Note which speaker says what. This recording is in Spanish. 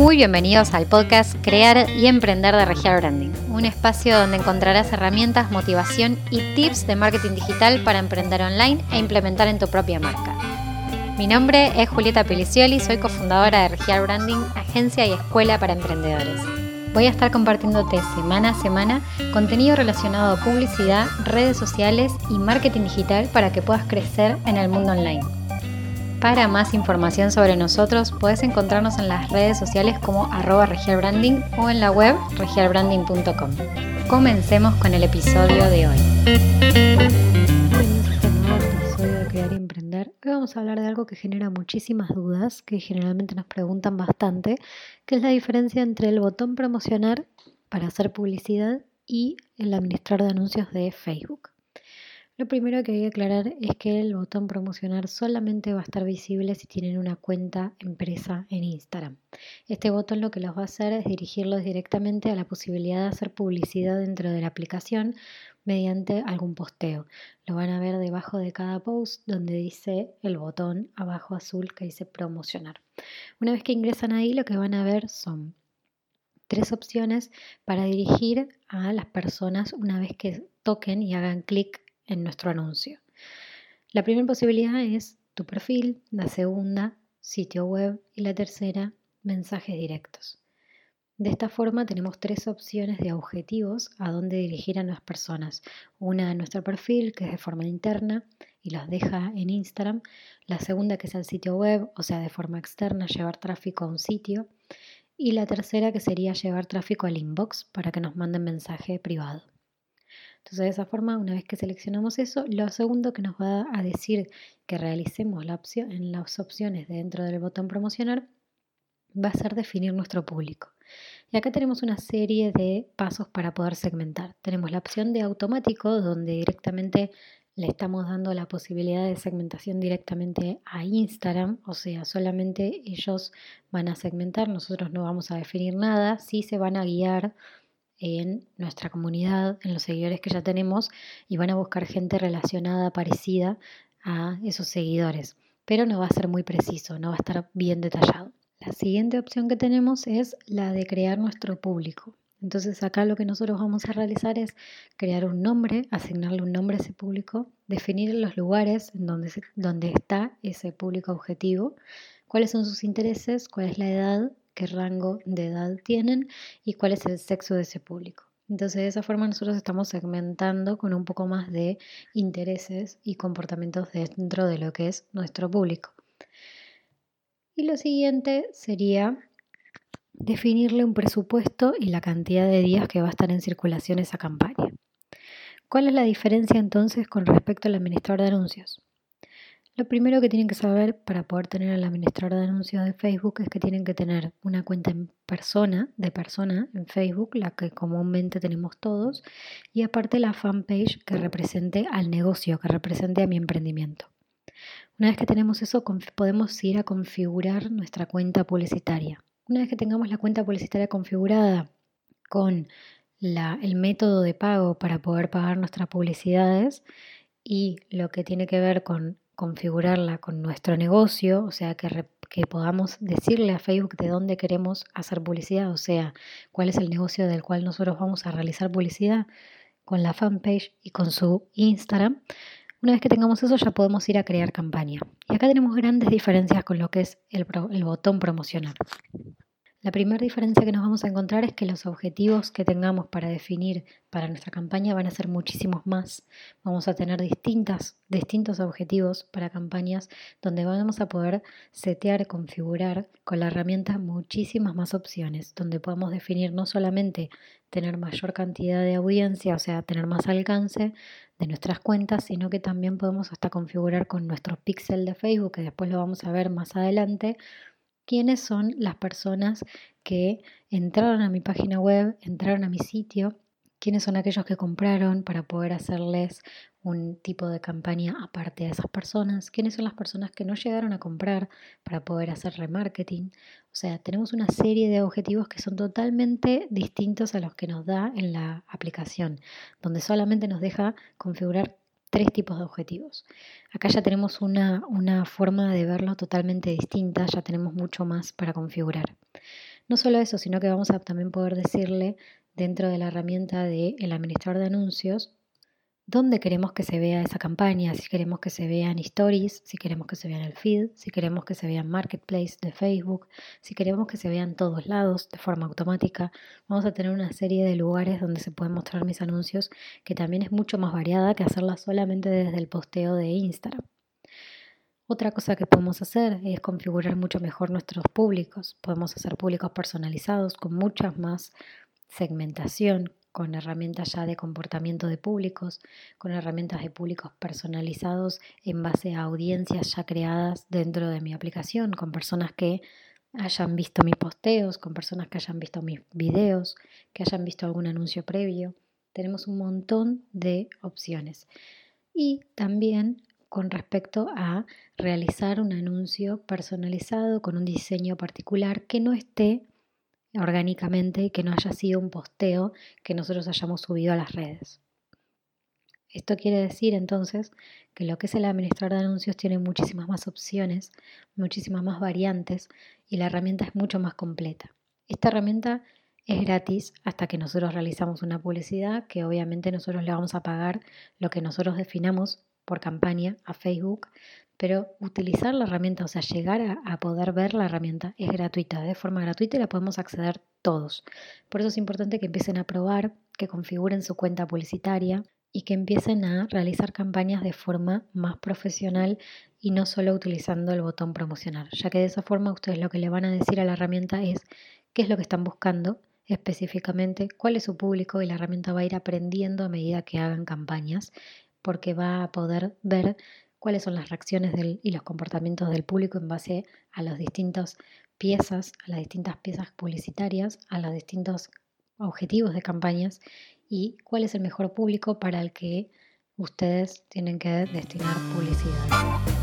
Speaker 1: Muy bienvenidos al podcast Crear y Emprender de Regiar Branding, un espacio donde encontrarás herramientas, motivación y tips de marketing digital para emprender online e implementar en tu propia marca. Mi nombre es Julieta Pelicioli, soy cofundadora de Regiar Branding, agencia y escuela para emprendedores. Voy a estar compartiéndote semana a semana contenido relacionado a publicidad, redes sociales y marketing digital para que puedas crecer en el mundo online. Para más información sobre nosotros, puedes encontrarnos en las redes sociales como @regiarbranding o en la web regiarbranding.com. Comencemos con el episodio de hoy. En este nuevo episodio de Crear y Emprender, hoy vamos a hablar de algo que genera muchísimas dudas, que generalmente nos preguntan bastante, que es la diferencia entre el botón promocionar para hacer publicidad y el administrar de anuncios de Facebook. Lo primero que hay que aclarar es que el botón promocionar solamente va a estar visible si tienen una cuenta empresa en Instagram. Este botón lo que los va a hacer es dirigirlos directamente a la posibilidad de hacer publicidad dentro de la aplicación mediante algún posteo. Lo van a ver debajo de cada post donde dice el botón abajo azul que dice promocionar. Una vez que ingresan ahí, lo que van a ver son 3 opciones para dirigir a las personas una vez que toquen y hagan clic en nuestro anuncio. La primera posibilidad es tu perfil, la segunda, sitio web y la tercera, mensajes directos. De esta forma tenemos 3 opciones de objetivos a dónde dirigir a las personas. Una en nuestro perfil, que es de forma interna y los deja en Instagram. La segunda, que es el sitio web, o sea, de forma externa, llevar tráfico a un sitio. Y la tercera, que sería llevar tráfico al inbox para que nos manden mensaje privado. Entonces, de esa forma, una vez que seleccionamos eso, lo segundo que nos va a decir que realicemos en las opciones dentro del botón promocionar va a ser definir nuestro público. Y acá tenemos una serie de pasos para poder segmentar. Tenemos la opción de automático, donde directamente le estamos dando la posibilidad de segmentación directamente a Instagram, o sea, solamente ellos van a segmentar, nosotros no vamos a definir nada, sí se van a guiar en nuestra comunidad, en los seguidores que ya tenemos, y van a buscar gente relacionada, parecida a esos seguidores, pero no va a ser muy preciso, no va a estar bien detallado. La siguiente opción que tenemos es la de crear nuestro público. Entonces acá lo que nosotros vamos a realizar es crear un nombre, asignarle un nombre a ese público, definir los lugares en donde está ese público objetivo, cuáles son sus intereses, cuál es la edad, qué rango de edad tienen y cuál es el sexo de ese público. Entonces de esa forma nosotros estamos segmentando con un poco más de intereses y comportamientos dentro de lo que es nuestro público. Y lo siguiente sería definirle un presupuesto y la cantidad de días que va a estar en circulación esa campaña. ¿Cuál es la diferencia entonces con respecto al administrador de anuncios? Lo primero que tienen que saber para poder tener el administrador de anuncios de Facebook es que tienen que tener una cuenta de persona en Facebook, la que comúnmente tenemos todos, y aparte la fanpage que represente al negocio, que represente a mi emprendimiento. Una vez que tenemos eso, podemos ir a configurar nuestra cuenta publicitaria. Una vez que tengamos la cuenta publicitaria configurada con el método de pago para poder pagar nuestras publicidades y lo que tiene que ver con configurarla con nuestro negocio, o sea, que podamos decirle a Facebook de dónde queremos hacer publicidad, o sea, cuál es el negocio del cual nosotros vamos a realizar publicidad con la fanpage y con su Instagram. Una vez que tengamos eso, ya podemos ir a crear campaña. Y acá tenemos grandes diferencias con lo que es el botón promocionar. La primera diferencia que nos vamos a encontrar es que los objetivos que tengamos para definir para nuestra campaña van a ser muchísimos más. Vamos a tener distintos objetivos para campañas donde vamos a poder setear, configurar con la herramienta muchísimas más opciones, donde podamos definir no solamente tener mayor cantidad de audiencia, o sea, tener más alcance de nuestras cuentas, sino que también podemos hasta configurar con nuestro pixel de Facebook, que después lo vamos a ver más adelante, quiénes son las personas que entraron a mi página web, entraron a mi sitio, quiénes son aquellos que compraron para poder hacerles un tipo de campaña aparte de esas personas, quiénes son las personas que no llegaron a comprar para poder hacer remarketing. O sea, tenemos una serie de objetivos que son totalmente distintos a los que nos da en la aplicación, donde solamente nos deja configurar 3 tipos de objetivos. Acá ya tenemos una forma de verlo totalmente distinta, ya tenemos mucho más para configurar. No solo eso, sino que vamos a también poder decirle dentro de la herramienta del administrador de anuncios dónde queremos que se vea esa campaña, si queremos que se vea en Stories, si queremos que se vea en el feed, si queremos que se vea en Marketplace de Facebook, si queremos que se vea en todos lados de forma automática. Vamos a tener una serie de lugares donde se pueden mostrar mis anuncios, que también es mucho más variada que hacerla solamente desde el posteo de Instagram. Otra cosa que podemos hacer es configurar mucho mejor nuestros públicos. Podemos hacer públicos personalizados con mucha más segmentación, con herramientas ya de comportamiento de públicos, con herramientas de públicos personalizados en base a audiencias ya creadas dentro de mi aplicación, con personas que hayan visto mis posteos, con personas que hayan visto mis videos, que hayan visto algún anuncio previo. Tenemos un montón de opciones. Y también con respecto a realizar un anuncio personalizado con un diseño particular que no esté orgánicamente y que no haya sido un posteo que nosotros hayamos subido a las redes. Esto quiere decir entonces que lo que es el administrador de anuncios tiene muchísimas más opciones, muchísimas más variantes y la herramienta es mucho más completa. Esta herramienta es gratis hasta que nosotros realizamos una publicidad que obviamente nosotros le vamos a pagar lo que nosotros definamos por campaña a Facebook, pero utilizar la herramienta, o sea, llegar a poder ver la herramienta es gratuita, de forma gratuita y la podemos acceder todos. Por eso es importante que empiecen a probar, que configuren su cuenta publicitaria y que empiecen a realizar campañas de forma más profesional y no solo utilizando el botón promocionar, ya que de esa forma ustedes lo que le van a decir a la herramienta es qué es lo que están buscando específicamente, cuál es su público y la herramienta va a ir aprendiendo a medida que hagan campañas porque va a poder ver cuáles son las reacciones y los comportamientos del público en base a las distintas piezas, publicitarias, a los distintos objetivos de campañas y cuál es el mejor público para el que ustedes tienen que destinar publicidad.